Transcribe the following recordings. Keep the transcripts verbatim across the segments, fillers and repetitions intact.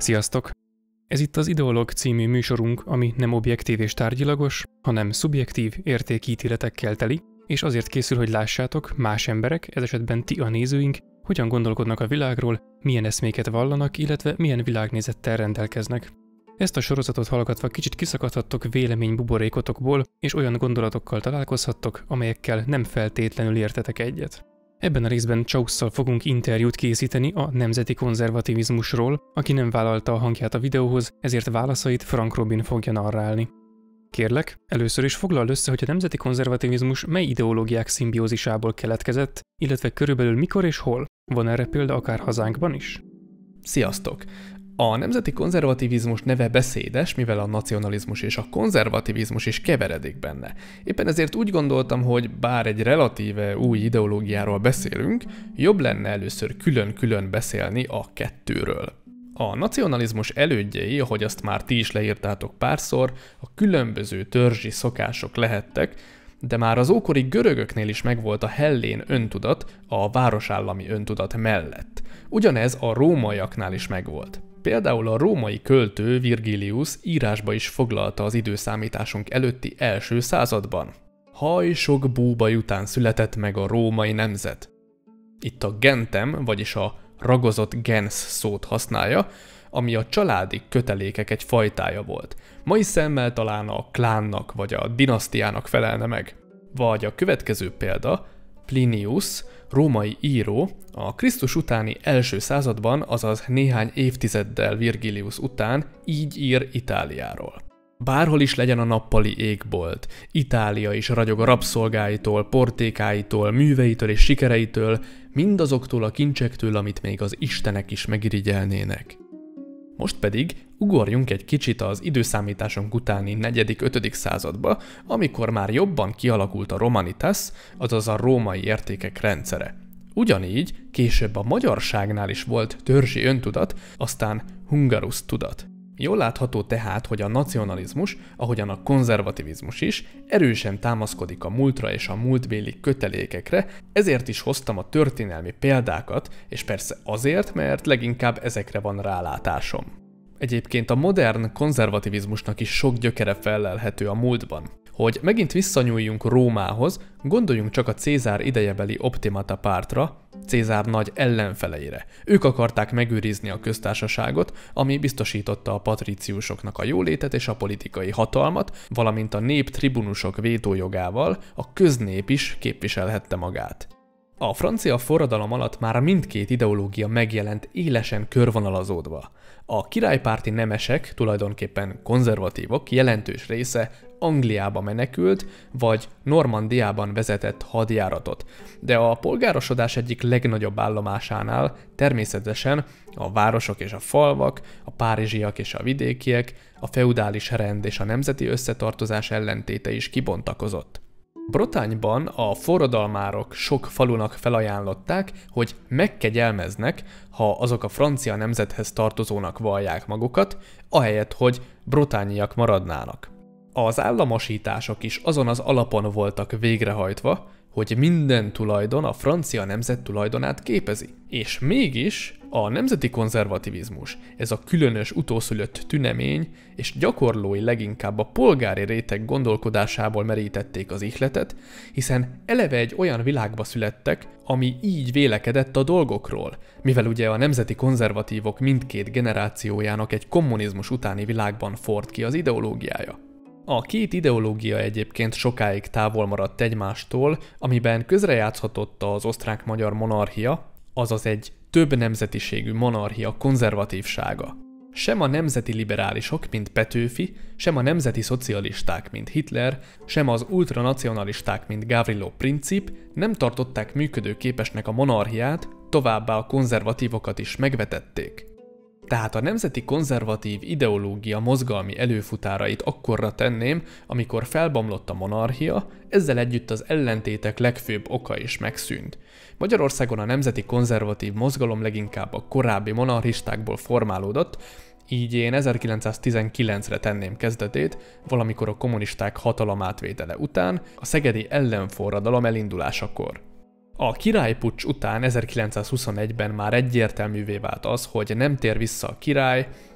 Sziasztok! Ez itt az Ideológ című műsorunk, ami nem objektív és tárgyilagos, hanem szubjektív értékítéletekkel teli, és azért készül, hogy lássátok, más emberek, ez esetben ti a nézőink, hogyan gondolkodnak a világról, milyen eszméket vallanak, illetve milyen világnézettel rendelkeznek. Ezt a sorozatot hallgatva kicsit kiszakadhattok véleménybuborékotokból, és olyan gondolatokkal találkozhattok, amelyekkel nem feltétlenül értetek egyet. Ebben a részben Chaussal fogunk interjút készíteni a nemzeti konzervativizmusról, aki nem vállalta a hangját a videóhoz, ezért válaszait Frank Robin fogja narrálni. Kérlek, először is foglald össze, hogy a nemzeti konzervativizmus mely ideológiák szimbiózisából keletkezett, illetve körülbelül mikor és hol. Van erre példa akár hazánkban is? Sziasztok! A nemzeti konzervativizmus neve beszédes, mivel a nacionalizmus és a konzervativizmus is keveredik benne. Éppen ezért úgy gondoltam, hogy bár egy relatíve új ideológiáról beszélünk, jobb lenne először külön-külön beszélni a kettőről. A nacionalizmus elődjei, ahogy azt már ti is leírtátok párszor, a különböző törzsi szokások lehettek, de már az ókori görögöknél is megvolt a hellén öntudat a városállami öntudat mellett. Ugyanez a rómaiaknál is megvolt. Például a római költő Virgilius írásba is foglalta az időszámításunk előtti első században. Haj sok búbaj után született meg a római nemzet. Itt a gentem, vagyis a ragozott gens szót használja, ami a családi kötelékek egy fajtája volt. Mai szemmel talán a klánnak vagy a dinasztiának felelne meg. Vagy a következő példa, Plinius, római író, a Krisztus utáni első században, azaz néhány évtizeddel Virgilius után így ír Itáliáról. Bárhol is legyen a nappali égbolt, Itália is ragyog a rabszolgáitól, portékáitól, műveitől és sikereitől, mindazoktól a kincsektől, amit még az istenek is megirigyelnének. Most pedig ugorjunk egy kicsit az időszámításunk utáni negyedik-ötödik századba, amikor már jobban kialakult a romanitas, azaz a római értékek rendszere. Ugyanígy később a magyarságnál is volt törzsi öntudat, aztán hungarus tudat. Jól látható tehát, hogy a nacionalizmus, ahogyan a konzervativizmus is, erősen támaszkodik a múltra és a múltbéli kötelékekre, ezért is hoztam a történelmi példákat, és persze azért, mert leginkább ezekre van rálátásom. Egyébként a modern konzervativizmusnak is sok gyökere fellelhető a múltban. Hogy megint visszanyúljunk Rómához, gondoljunk csak a Cézár idejebeli optimata pártra, Cézár nagy ellenfeleire. Ők akarták megőrizni a köztársaságot, ami biztosította a patríciusoknak a jólétet és a politikai hatalmat, valamint a nép tribunusok vétójogával a köznép is képviselhette magát. A francia forradalom alatt már mindkét ideológia megjelent élesen körvonalazódva. A királypárti nemesek, tulajdonképpen konzervatívok jelentős része Angliába menekült, vagy Normandiában vezetett hadjáratot. De a polgárosodás egyik legnagyobb állomásánál természetesen a városok és a falvak, a párizsiak és a vidékiek, a feudális rend és a nemzeti összetartozás ellentéte is kibontakozott. Bretagne-ban a forradalmárok sok falunak felajánlották, hogy megkegyelmeznek, ha azok a francia nemzethez tartozónak vallják magukat, ahelyett, hogy brotányiak maradnának. Az államosítások is azon az alapon voltak végrehajtva, hogy minden tulajdon a francia nemzet tulajdonát képezi. És mégis a nemzeti konzervativizmus, ez a különös utószülött tünemény és gyakorlói leginkább a polgári réteg gondolkodásából merítették az ihletet, hiszen eleve egy olyan világba születtek, ami így vélekedett a dolgokról, mivel ugye a nemzeti konzervatívok mindkét generációjának egy kommunizmus utáni világban ford ki az ideológiája. A két ideológia egyébként sokáig távol maradt egymástól, amiben közrejátszhatott az osztrák-magyar monarchia, azaz egy több nemzetiségű monarchia konzervatívsága. Sem a nemzeti liberálisok, mint Petőfi, sem a nemzeti szocialisták, mint Hitler, sem az ultranacionalisták, mint Gavrilo Princip nem tartották működőképesnek a monarchiát, továbbá a konzervatívokat is megvetették. Tehát a nemzeti konzervatív ideológia mozgalmi előfutárait akkorra tenném, amikor felbomlott a monarchia, ezzel együtt az ellentétek legfőbb oka is megszűnt. Magyarországon a nemzeti konzervatív mozgalom leginkább a korábbi monarchistákból formálódott, így én ezerkilencszáztizenkilencre tenném kezdetét, valamikor a kommunisták hatalomátvétele után, a szegedi ellenforradalom elindulásakor. A királypuccs után ezerkilencszázhuszonegyben már egyértelművé vált az, hogy nem tér vissza a király,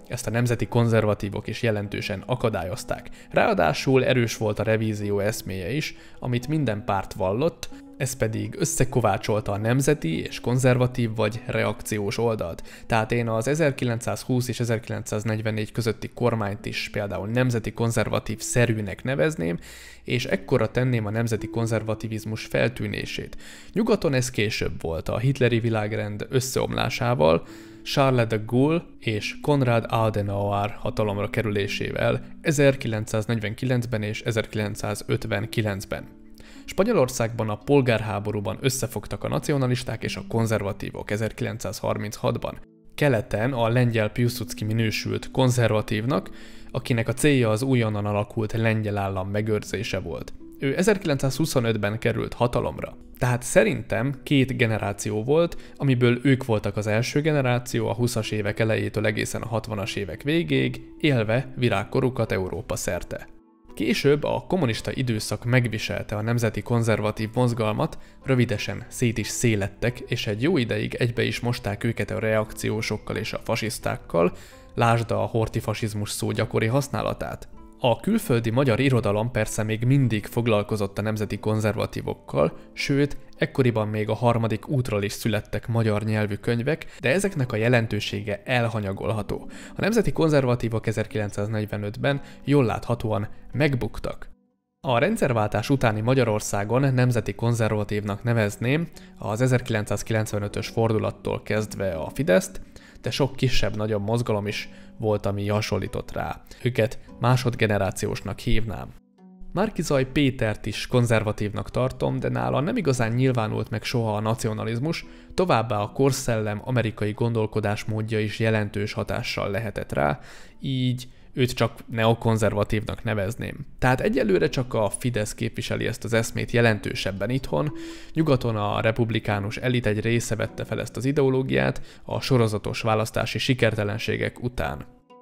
Ezt a nemzeti konzervatívok is jelentősen akadályozták. Ráadásul erős volt a revízió eszméje is, amit minden párt vallott, ez pedig összekovácsolta a nemzeti és konzervatív vagy reakciós oldalt. Tehát én az ezerkilencszázhúsz és ezerkilencszáznegyvennégy közötti kormányt is például nemzeti konzervatív szerűnek nevezném, és ekkora tenném a nemzeti konzervativizmus feltűnését. Nyugaton ez később volt a hitleri világrend összeomlásával, Charles de Gaulle és Konrad Adenauer hatalomra kerülésével ezerkilencszáznegyvenkilencben és ezerkilencszázötvenkilencben. Spanyolországban a polgárháborúban összefogtak a nacionalisták és a konzervatívok ezerkilencszázharminchatban. Keleten a lengyel Piłsudski minősült konzervatívnak, akinek a célja az újonnan alakult lengyel állam megőrzése volt. Ő ezerkilencszázhuszonötben került hatalomra. Tehát szerintem két generáció volt, amiből ők voltak az első generáció a huszas évek elejétől egészen a hatvanas évek végéig, élve virágkorukat Európa szerte. Később a kommunista időszak megviselte a nemzeti konzervatív mozgalmat, rövidesen szét is szélettek, és egy jó ideig egybe is mosták őket a reakciósokkal és a fasisztákkal, lásd a horthy-fasizmus szó gyakori használatát. A külföldi magyar irodalom persze még mindig foglalkozott a nemzeti konzervatívokkal, sőt, ekkoriban még a harmadik útról is születtek magyar nyelvű könyvek, de ezeknek a jelentősége elhanyagolható. A nemzeti konzervatívok ezerkilencszáznegyvenötben jól láthatóan megbuktak. A rendszerváltás utáni Magyarországon nemzeti konzervatívnak nevezném az ezerkilencszázkilencvenötös fordulattól kezdve a Fideszt, de sok kisebb-nagyobb mozgalom is volt, ami hasonlított rá. Őket másodgenerációsnak hívnám. Márki-Zay Pétert is konzervatívnak tartom, de nála nem igazán nyilvánult meg soha a nacionalizmus, továbbá a korszellem amerikai gondolkodásmódja is jelentős hatással lehetett rá, így őt csak neokonzervatívnak nevezném. Tehát egyelőre csak a Fidesz képviseli ezt az eszmét jelentősebben itthon, nyugaton a republikánus elit egy része vette fel ezt az ideológiát a sorozatos választási sikertelenségek után.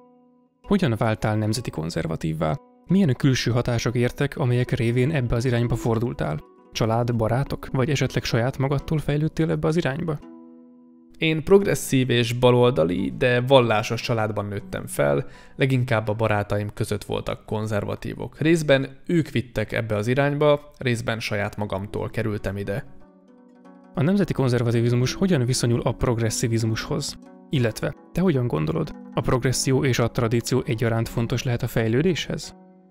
Hogyan váltál nemzeti konzervatívvá? Milyen külső hatások értek, amelyek révén ebbe az irányba fordultál? Család, barátok, vagy esetleg saját magadtól fejlődtél ebbe az irányba? Én progresszív és baloldali, de vallásos családban nőttem fel, leginkább a barátaim között voltak konzervatívok. Részben ők vittek ebbe az irányba, részben saját magamtól kerültem ide. A nemzeti konzervativizmus hogyan viszonyul a progresszivizmushoz? Illetve, te hogyan gondolod, a progresszió és a tradíció egyaránt fontos lehet a fejlődéshez?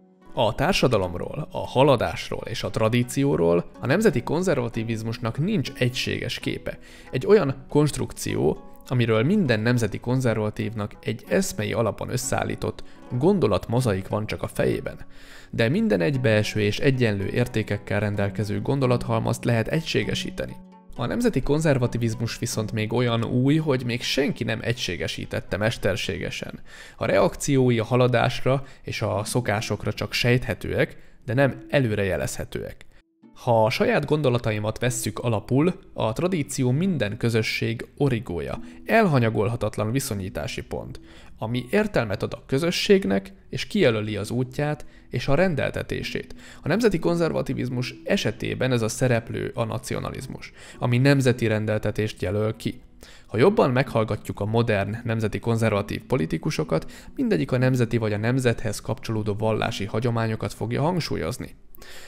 A társadalomról, a haladásról és a tradícióról a nemzeti konzervativizmusnak nincs egységes képe. Egy olyan konstrukció, amiről minden nemzeti konzervatívnak egy eszmei alapon összeállított gondolatmozaik van csak a fejében. De minden egybeeső és egyenlő értékekkel rendelkező gondolathalmazt lehet egységesíteni. A nemzeti konzervativizmus viszont még olyan új, hogy még senki nem egységesítette mesterségesen. A reakciói a haladásra és a szokásokra csak sejthetőek, de nem előrejelezhetőek. Ha a saját gondolataimat vesszük alapul, a tradíció minden közösség origója, elhanyagolhatatlan viszonyítási pont, ami értelmet ad a közösségnek, és kijelöli az útját és a rendeltetését. A nemzeti konzervativizmus esetében ez a szereplő a nacionalizmus, ami nemzeti rendeltetést jelöl ki. Ha jobban meghallgatjuk a modern nemzeti konzervatív politikusokat, mindegyik a nemzeti vagy a nemzethez kapcsolódó vallási hagyományokat fogja hangsúlyozni.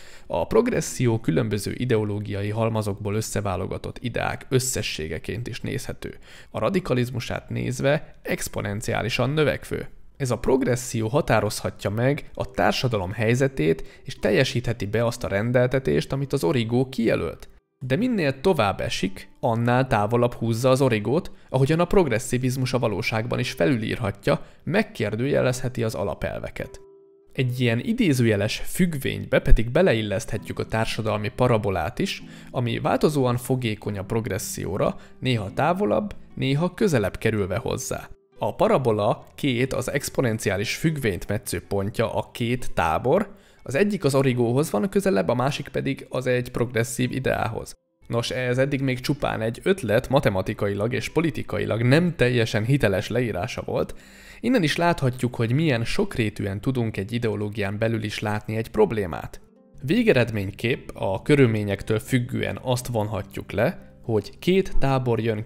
A progresszió különböző ideológiai halmazokból összeválogatott ideák összességeként is nézhető. A radikalizmusát nézve exponenciálisan növekvő. Ez a progresszió határozhatja meg a társadalom helyzetét és teljesítheti be azt a rendeltetést, amit az origó kijelölt. De minél tovább esik, annál távolabb húzza az origót, ahogyan a progresszivizmus a valóságban is felülírhatja, megkérdőjelezheti az alapelveket. Egy ilyen idézőjeles függvénybe pedig beleilleszthetjük a társadalmi parabolát is, ami változóan fogékony a progresszióra, néha távolabb, néha közelebb kerülve hozzá. A parabola két az exponenciális függvényt metsző pontja, a két tábor, az egyik az origóhoz van közelebb, a másik pedig az egy progresszív ideához. Nos, ez eddig még csupán egy ötlet matematikailag és politikailag nem teljesen hiteles leírása volt. Innen is láthatjuk, hogy milyen sokrétűen tudunk egy ideológián belül is látni egy problémát. Végeredményképp a körülményektől függően azt vonhatjuk le, hogy két tábor jön ki.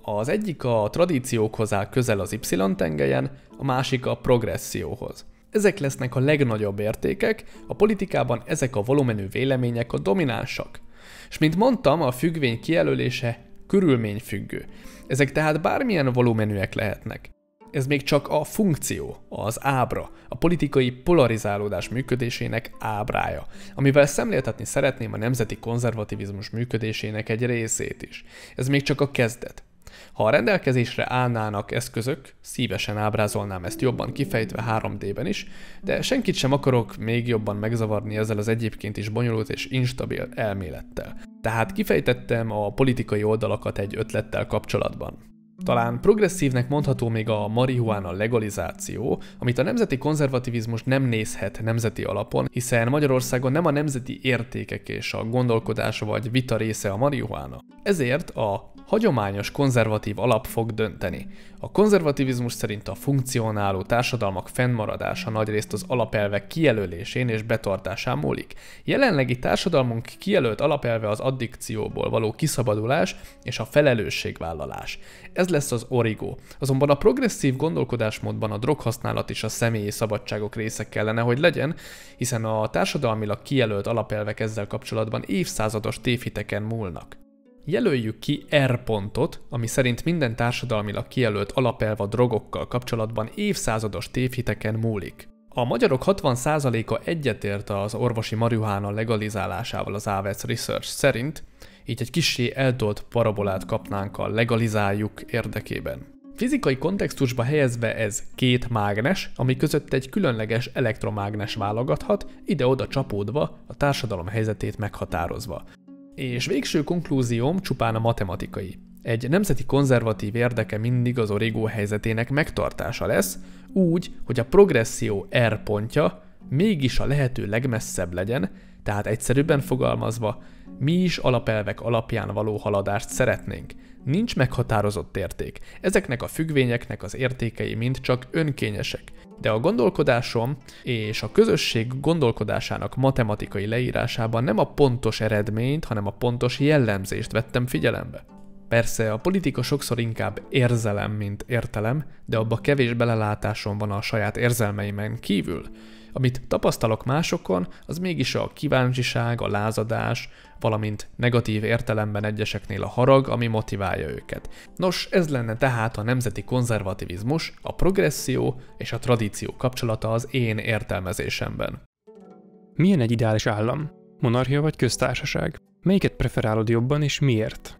Az egyik a tradíciókhoz áll közel az Y-tengelyen, a másik a progresszióhoz. Ezek lesznek a legnagyobb értékek, a politikában ezek a volumenű vélemények a dominánsak. És mint mondtam, a függvény kijelölése körülményfüggő. Ezek tehát bármilyen volumenűek lehetnek. Ez még csak a funkció, az ábra, a politikai polarizálódás működésének ábrája, amivel szemléltetni szeretném a nemzeti konzervativizmus működésének egy részét is. Ez még csak a kezdet. Ha a rendelkezésre állnának eszközök, szívesen ábrázolnám ezt jobban kifejtve három dében is, de senkit sem akarok még jobban megzavarni ezzel az egyébként is bonyolult és instabil elmélettel. Tehát kifejtettem a politikai oldalakat egy ötlettel kapcsolatban. Talán progresszívnek mondható még a marihuána legalizáció, amit a nemzeti konzervativizmus nem nézhet nemzeti alapon, hiszen Magyarországon nem a nemzeti értékek és a gondolkodás vagy vita része a marihuána. Ezért a hagyományos konzervatív alap fog dönteni. A konzervativizmus szerint a funkcionáló társadalmak fennmaradása nagyrészt az alapelvek kijelölésén és betartásán múlik. Jelenlegi társadalmunk kijelölt alapelve az addikcióból való kiszabadulás és a felelősségvállalás. Ez lesz az origo. Azonban a progresszív gondolkodásmódban a droghasználat is a személyi szabadságok része kellene, hogy legyen, hiszen a társadalmilag kijelölt alapelvek ezzel kapcsolatban évszázados tévhiteken múlnak. Jelöljük ki R pontot, ami szerint minden társadalmilag kijelölt alapelv a drogokkal kapcsolatban évszázados tévhiteken múlik. A magyarok hatvan százaléka egyetért az orvosi marihuána legalizálásával az Avets Research szerint, így egy kissé eltolt parabolát kapnánk a legalizáljuk érdekében. Fizikai kontextusba helyezve ez két mágnes, ami között egy különleges elektromágnes válogathat, ide-oda csapódva, a társadalom helyzetét meghatározva. És végső konklúzióm csupán a matematikai. Egy nemzeti konzervatív érdeke mindig az origo helyzetének megtartása lesz, úgy, hogy a progresszió R pontja mégis a lehető legmesszebb legyen, tehát egyszerűbben fogalmazva, mi is alapelvek alapján való haladást szeretnénk. Nincs meghatározott érték. Ezeknek a függvényeknek az értékei mind csak önkényesek. De a gondolkodásom és a közösség gondolkodásának matematikai leírásában nem a pontos eredményt, hanem a pontos jellemzést vettem figyelembe. Persze a politika sokszor inkább érzelem, mint értelem, de abba kevés belelátásom van a saját érzelmeimen kívül. Amit tapasztalok másokon, az mégis a kíváncsiság, a lázadás, valamint negatív értelemben egyeseknél a harag, ami motiválja őket. Nos, ez lenne tehát a nemzeti konzervativizmus, a progresszió és a tradíció kapcsolata az én értelmezésemben. Milyen egy ideális állam? Monarchia vagy köztársaság? Melyiket preferálod jobban és miért?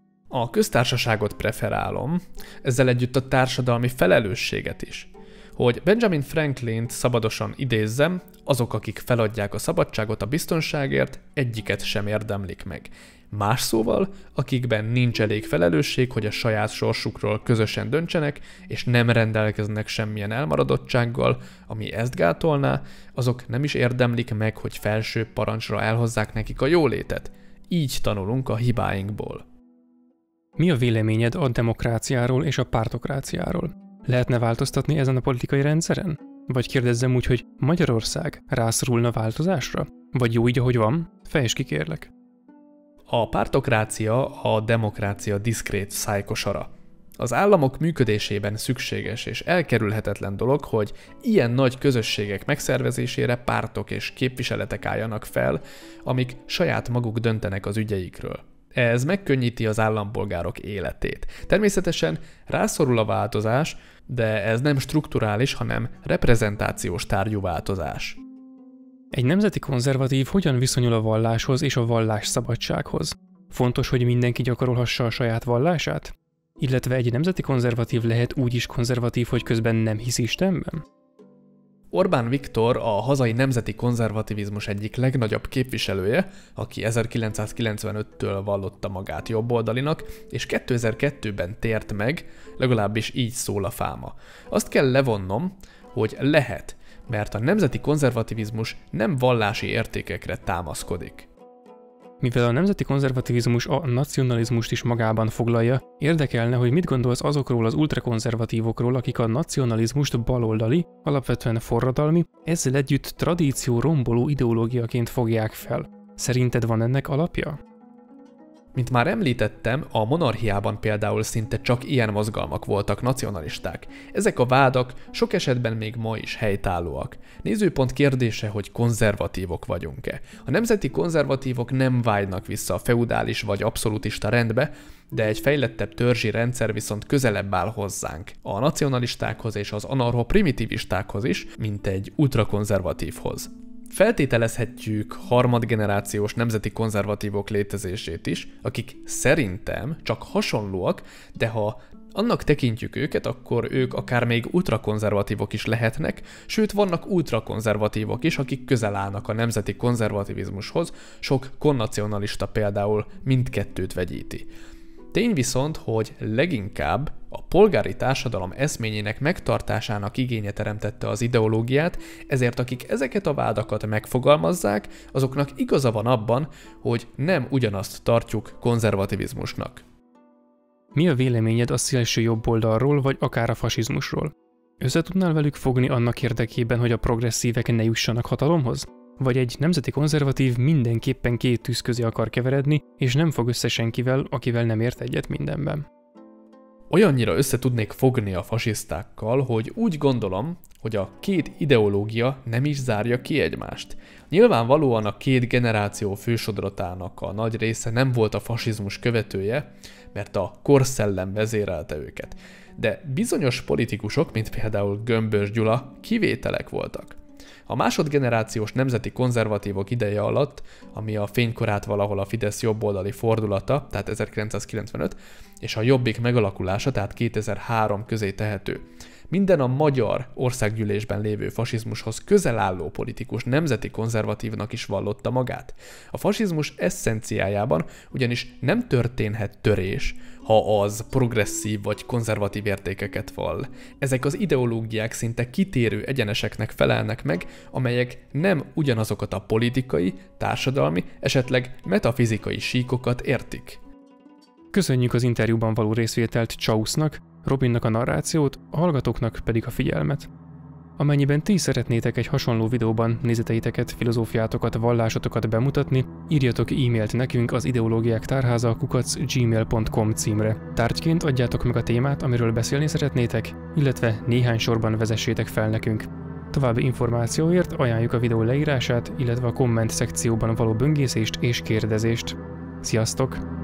A köztársaságot preferálom, ezzel együtt a társadalmi felelősséget is. Hogy Benjamin Franklint szabadosan idézzem, azok, akik feladják a szabadságot a biztonságért, egyiket sem érdemlik meg. Más szóval, akikben nincs elég felelősség, hogy a saját sorsukról közösen döntsenek, és nem rendelkeznek semmilyen elmaradottsággal, ami ezt gátolná, azok nem is érdemlik meg, hogy felső parancsra elhozzák nekik a jólétet. Így tanulunk a hibáinkból. Mi a véleményed a demokráciáról és a pártokráciáról? Lehetne változtatni ezen a politikai rendszeren? Vagy kérdezzem úgy, hogy Magyarország rászorulna változásra? Vagy jó így, ahogy van? Fejtsd ki, kérlek. A pártokrácia a demokrácia diszkrét szájkosara. Az államok működésében szükséges és elkerülhetetlen dolog, hogy ilyen nagy közösségek megszervezésére pártok és képviseletek álljanak fel, amik saját maguk döntenek az ügyeikről. Ez megkönnyíti az állampolgárok életét. Természetesen rászorul a változás, de ez nem strukturális, hanem reprezentációs tárgyú változás. Egy nemzeti konzervatív hogyan viszonyul a valláshoz és a vallásszabadsághoz? Fontos, hogy mindenki gyakorolhassa a saját vallását? Illetve egy nemzeti konzervatív lehet úgy is konzervatív, hogy közben nem hisz Istenben? Orbán Viktor a hazai nemzeti konzervativizmus egyik legnagyobb képviselője, aki ezerkilencszázkilencvenöttől vallotta magát jobboldalinak, és kétezer-kettőben tért meg, legalábbis így szól a fáma. Azt kell levonnom, hogy lehet, mert a nemzeti konzervativizmus nem vallási értékekre támaszkodik. Mivel a nemzeti konzervativizmus a nacionalizmust is magában foglalja, érdekelne, hogy mit gondolsz azokról az ultrakonzervatívokról, akik a nacionalizmust baloldali, alapvetően forradalmi, ezzel együtt tradíció romboló ideológiaként fogják fel. Szerinted van ennek alapja? Mint már említettem, a monarchiában például szinte csak ilyen mozgalmak voltak nacionalisták. Ezek a vádak sok esetben még ma is helytállóak. Nézőpont kérdése, hogy konzervatívok vagyunk-e. A nemzeti konzervatívok nem vágynak vissza a feudális vagy abszolutista rendbe, de egy fejlettebb törzsi rendszer viszont közelebb áll hozzánk, a nacionalistákhoz és az anarcho-primitivistákhoz is, mint egy ultrakonzervatívhoz. Feltételezhetjük harmadgenerációs nemzeti konzervatívok létezését is, akik szerintem csak hasonlóak, de ha annak tekintjük őket, akkor ők akár még ultrakonzervatívok is lehetnek, sőt vannak ultrakonzervatívok is, akik közel állnak a nemzeti konzervativizmushoz, sok konnacionalista például mindkettőt vegyíti. Tény viszont, hogy leginkább a polgári társadalom eszményének megtartásának igénye teremtette az ideológiát, ezért akik ezeket a vádakat megfogalmazzák, azoknak igaza van abban, hogy nem ugyanazt tartjuk konzervativizmusnak. Mi a véleményed a szélső jobb oldalról, vagy akár a fasizmusról? Össze tudnál velük fogni annak érdekében, hogy a progresszívek ne jussanak hatalomhoz? Vagy egy nemzeti konzervatív mindenképpen két tűz közé akar keveredni, és nem fog össze senkivel, akivel nem ért egyet mindenben? Olyannyira össze tudnék fogni a fasisztákkal, hogy úgy gondolom, hogy a két ideológia nem is zárja ki egymást. Nyilvánvalóan a két generáció fősodrotának a nagy része nem volt a fasizmus követője, mert a korszellem vezérelte őket. De bizonyos politikusok, mint például Gömbös Gyula, kivételek voltak. A másodgenerációs nemzeti konzervatívok ideje alatt, ami a fénykorát valahol a Fidesz jobboldali fordulata, tehát ezerkilencszázkilencvenöt, és a Jobbik megalakulása, tehát kétezer-három közé tehető. Minden a magyar országgyűlésben lévő fasizmushoz közel álló politikus nemzeti konzervatívnak is vallotta magát. A fasizmus esszenciájában ugyanis nem történhet törés, ha az progresszív vagy konzervatív értékeket vall. Ezek az ideológiák szinte kitérő egyeneseknek felelnek meg, amelyek nem ugyanazokat a politikai, társadalmi, esetleg metafizikai síkokat értik. Köszönjük az interjúban való részvételt Csausznak, Robinnak a narrációt, a hallgatóknak pedig a figyelmet. Amennyiben ti szeretnétek egy hasonló videóban nézeteiteket, filozófiátokat, vallásotokat bemutatni, írjatok e-mailt nekünk az ideológiák tárháza kukac gmail pont com címre. Tárgyként adjátok meg a témát, amiről beszélni szeretnétek, illetve néhány sorban vezessétek fel nekünk. További információért ajánljuk a videó leírását, illetve a komment szekcióban való böngészést és kérdezést. Sziasztok!